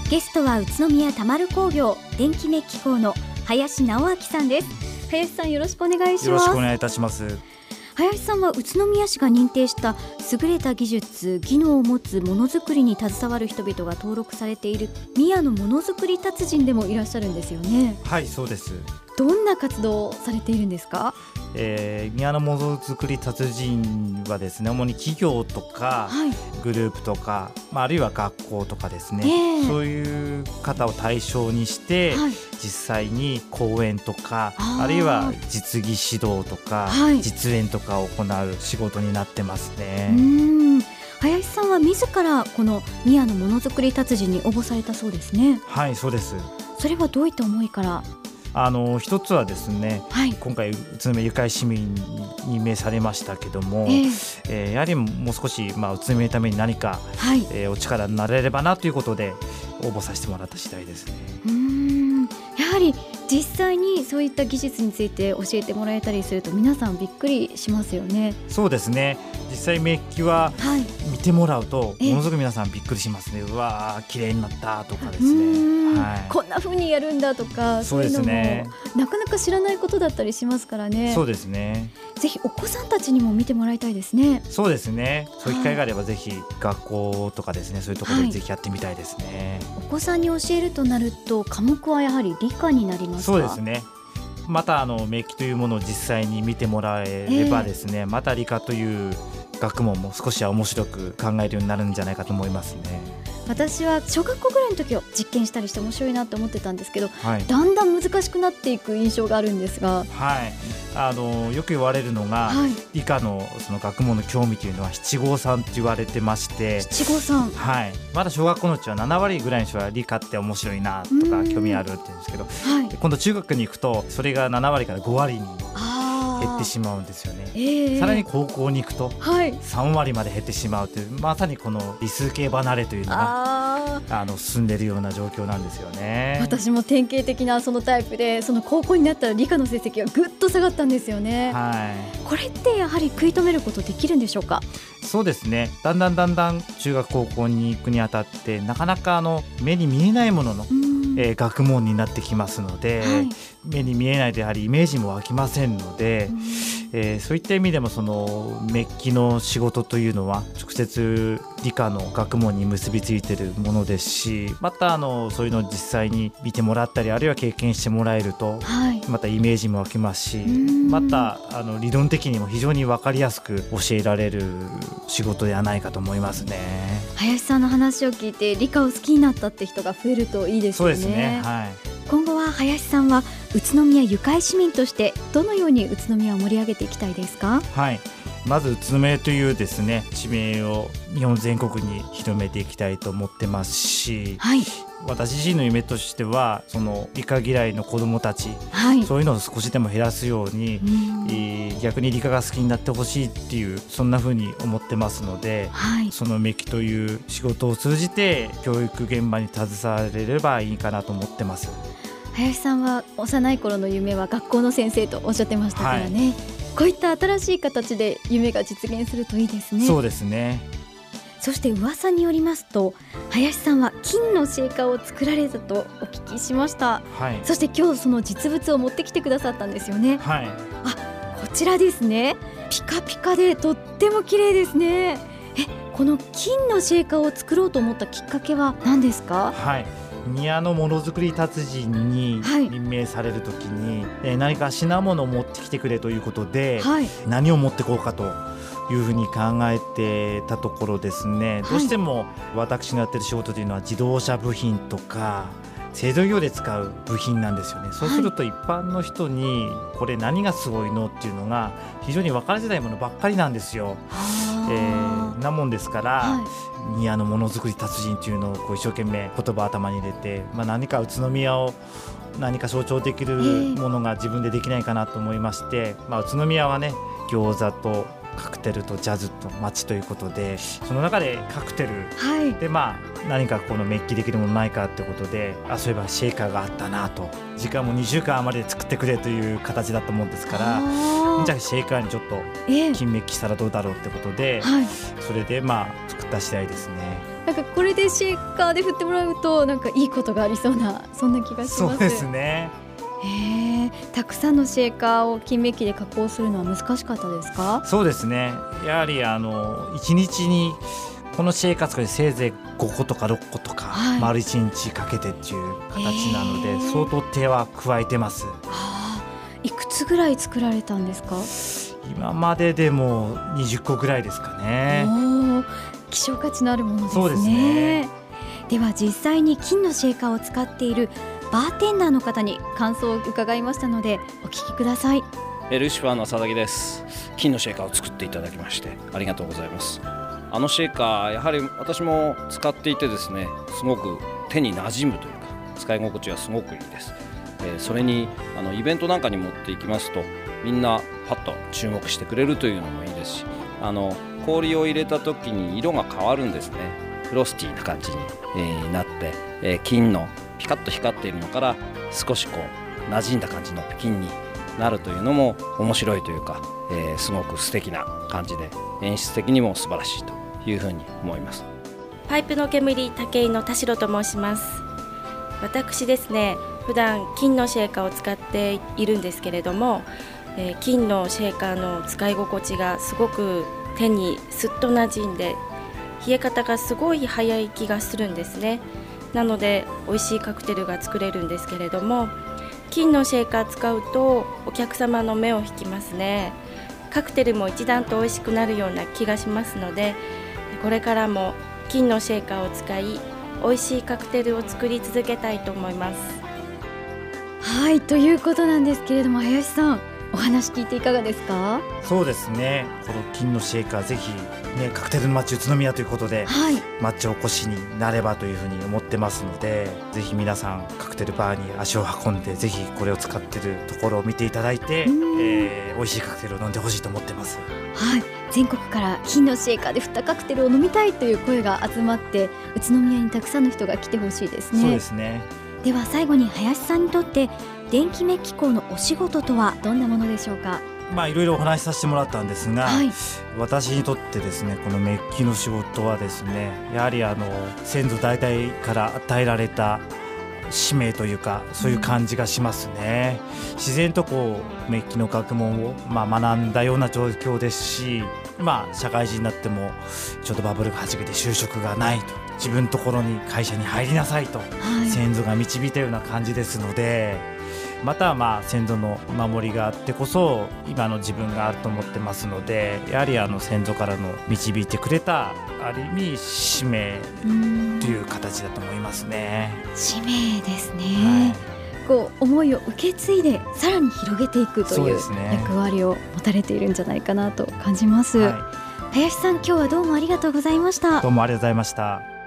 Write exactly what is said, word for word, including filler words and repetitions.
ゲストは宇都宮田丸工業電気メッキ工の林直明さんです。林さん、よろしくお願いします。 よろしくお願いいたします。 林さんは宇都宮市が認定した優れた技術技能を持つものづくりに携わる人々が登録されている宮のものづくり達人でもいらっしゃるんですよね。 はい、そうです。 どんな活動をされているんですか？ えー、宮のものづくり達人はですね、主に企業とか、はい、グループとか、まあ、あるいは学校とかですね、えー、そういう方を対象にして、はい、実際に講演とか あ, あるいは実技指導とか、はい、実演とかを行う仕事になってますね。 うーん、林さんは自らこの宮のものづくり達人に応募されたそうですね。 はい、そうです。 それはどういった思いから？ あの一つはですね、はい、今回宇都宮ゆかい市民に任命されましたけども、えーえー、やはりもう少し、まあ、宇都宮のために何か、はい、えー、お力になれればなということで応募させてもらった次第ですね。 うーん、やはり実際にそういった技術について教えてもらえたりすると皆さんびっくりしますよね。 そうですね、実際メッキは見てもらうと、はい、ものすごく皆さんびっくりしますね。うわー、綺麗になったとかですね、はい、 こんな風にやるんだとか、 そうですね、 そういうのもなかなか知らないことだったりしますからね。 そうですね、 ぜひお子さんたちにも見てもらいたいですね。 そうですね、そういう機会があればぜひ学校とかですね、そういうところでぜひやってみたいですね、 はい、お子さんに教えるとなると科目はやはり理科になりますか？ そうですね、またあのメッキというものを実際に見てもらえればですね、えー、また理科という学問も少しは面白く考えるようになるんじゃないかと思いますね。 私は小学校ぐらいの時は実験したりして面白いなと思ってたんですけど、はい、だんだん難しくなっていく印象があるんですが、 はい、あのよく言われるのが、はい、理科 の, その学問の興味というのは七五三って言われてまして、 七五三、 はい、まだ小学校のうちはななわりぐらいの人は理科って面白いなとか興味あるって言うんですけど、はい、今度中学に行くとそれがななわりからごわりに減ってしまうんですよね、えー、さらに高校に行くとさんわりまで減ってしまうという、まさにこの理数系離れというのがあの進んでいるような状況なんですよね。 私も典型的なそのタイプで、その高校になったら理科の成績がぐっと下がったんですよね、はい、これってやはり食い止めることできるんでしょうか？ そうですね、だんだんだんだん中学高校に行くにあたってなかなかあの目に見えないものの、えー、学問になってきますので、はい、目に見えないとやはりイメージも湧きませんので、えー、そういった意味でもそのメッキの仕事というのは直接理科の学問に結びついているものですし、またあのそういうのを実際に見てもらったりあるいは経験してもらえると、はい、またイメージも湧きますし、またあの理論的にも非常に分かりやすく教えられる仕事ではないかと思いますね。 林さんの話を聞いて理科を好きになったって人が増えるといいですよね。 そうですね、はい、 今後は林さんは宇都宮ゆかい市民としてどのように宇都宮を盛り上げていきたいですか？ はい、まず宇都宮というですね地名を日本全国に広めていきたいと思ってますし、はい、私自身の夢としてはその理科嫌いの子どもたち、はい、そういうのを少しでも減らすように、えー、逆に理科が好きになってほしいっていうそんな風に思ってますので、はい、そのメッキという仕事を通じて教育現場に携われればいいかなと思ってます。 林さんは幼い頃の夢は学校の先生とおっしゃってましたからね、はい、こういった新しい形で夢が実現するといいですね。 そうですね。 そして噂によりますと林さんは金のシェーカーを作られたとお聞きしました、はい、そして今日その実物を持ってきてくださったんですよね、はい、あ、こちらですね、ピカピカでとっても綺麗ですね。え、この金のシェーカーを作ろうと思ったきっかけは何ですか？ はい、宮のものづくり達人に任命されるときに、はい、えー、何か品物を持ってきてくれということで、はい、何を持ってこうかというふうに考えてたところですね、どうしても私のやってる仕事というのは自動車部品とか製造業で使う部品なんですよね。そうすると一般の人にこれ何がすごいのっていうのが非常に分かりづらいものばっかりなんですよ。えー、なもんですから、はい、宮のものづくり達人というのをこう一生懸命言葉頭に入れて、まあ、何か宇都宮を何か象徴できるものが自分でできないかなと思いまして、まあ、宇都宮はね餃子とカクテルとジャズと街ということで、その中でカクテル、はい、でまあ何かこのメッキできるものないかってことで、あ、そういえばシェーカーがあったなと、時間もにしゅうかん余りで作ってくれという形だったもんですから、じゃあシェーカーにちょっと金メッキしたらどうだろうってことで、えーはい、それでまあ作った次第ですね。 なんかこれでシェーカーで振ってもらうとなんかいいことがありそうな、そんな気がします。 そうですね。 へえ、たくさんのシェーカーを金メッキで加工するのは難しかったですか？ そうですね、やはりあのいちにちにこのシェーカー作りせいぜいごことかろっことか、はい、丸いちにちかけてっていう形なので相当手は加えてます。はあ、いくつぐらい作られたんですか？ 今まででもにじゅっこぐらいですかね。 お、希少価値のあるものですね。そうですね。では実際に金のシェーカーを使っているバーテンダーの方に感想を伺いましたのでお聞きください。 ルシファーの佐々木です。金のシェーカーを作っていただきましてありがとうございます。あのシェーカーやはり私も使っていてですね、すごく手に馴染むというか使い心地はすごくいいです。えー、それにあのイベントなんかに持っていきますとみんなパッと注目してくれるというのもいいですし、あの氷を入れた時に色が変わるんですね。フロスティーな感じに、えー、なって、えー、金のピカッと光っているのから少しこう馴染んだ感じの金になるというのも面白いというか、えー、すごく素敵な感じで演出的にも素晴らしいというふうに思います。 パイプの煙武井の田代と申します。私ですね、普段金のシェーカーを使っているんですけれども、えー、金のシェーカーの使い心地がすごく手にすっと馴染んで冷え方がすごい早い気がするんですね。なので美味しいカクテルが作れるんですけれども、金のシェーカー使うとお客様の目を引きますね。カクテルも一段と美味しくなるような気がしますので、これからも金のシェーカーを使い美味しいカクテルを作り続けたいと思います。 はい、ということなんですけれども、林さんお話聞いていかがですか？ そうですね、この金のシェーカーぜひ、ね、カクテルの街宇都宮ということで、はい、街おこしになればというふうに思ってますので、ぜひ皆さんカクテルバーに足を運んでぜひこれを使っているところを見ていただいて、えー、美味しいカクテルを飲んでほしいと思ってます。 はい、全国から金のシェーカーで振ったカクテルを飲みたいという声が集まって宇都宮にたくさんの人が来てほしいですね。 そうですね。 では最後に林さんにとって電気メッキ工のお仕事とはどんなものでしょうか？ まあいろいろお話しさせてもらったんですが、はい、私にとってですね、このメッキの仕事はですね、やはりあの先祖代々から与えられた使命というか、そういう感じがしますね。うん、自然とこうメッキの学問をまあ学んだような状況ですし、まあ社会人になってもちょっとバブルがはじけて就職がないと、自分のところに会社に入りなさいと、はい、先祖が導いたような感じですので、またはまあ先祖の守りがあってこそ今の自分があると思ってますので、やはりあの先祖からの導いてくれたある意味使命という形だと思いますね。 使命ですね。はい、こう思いを受け継いでさらに広げていくという役割を持たれているんじゃないかなと感じます。はい、林さん、今日はどうもありがとうございました。 どうもありがとうございました。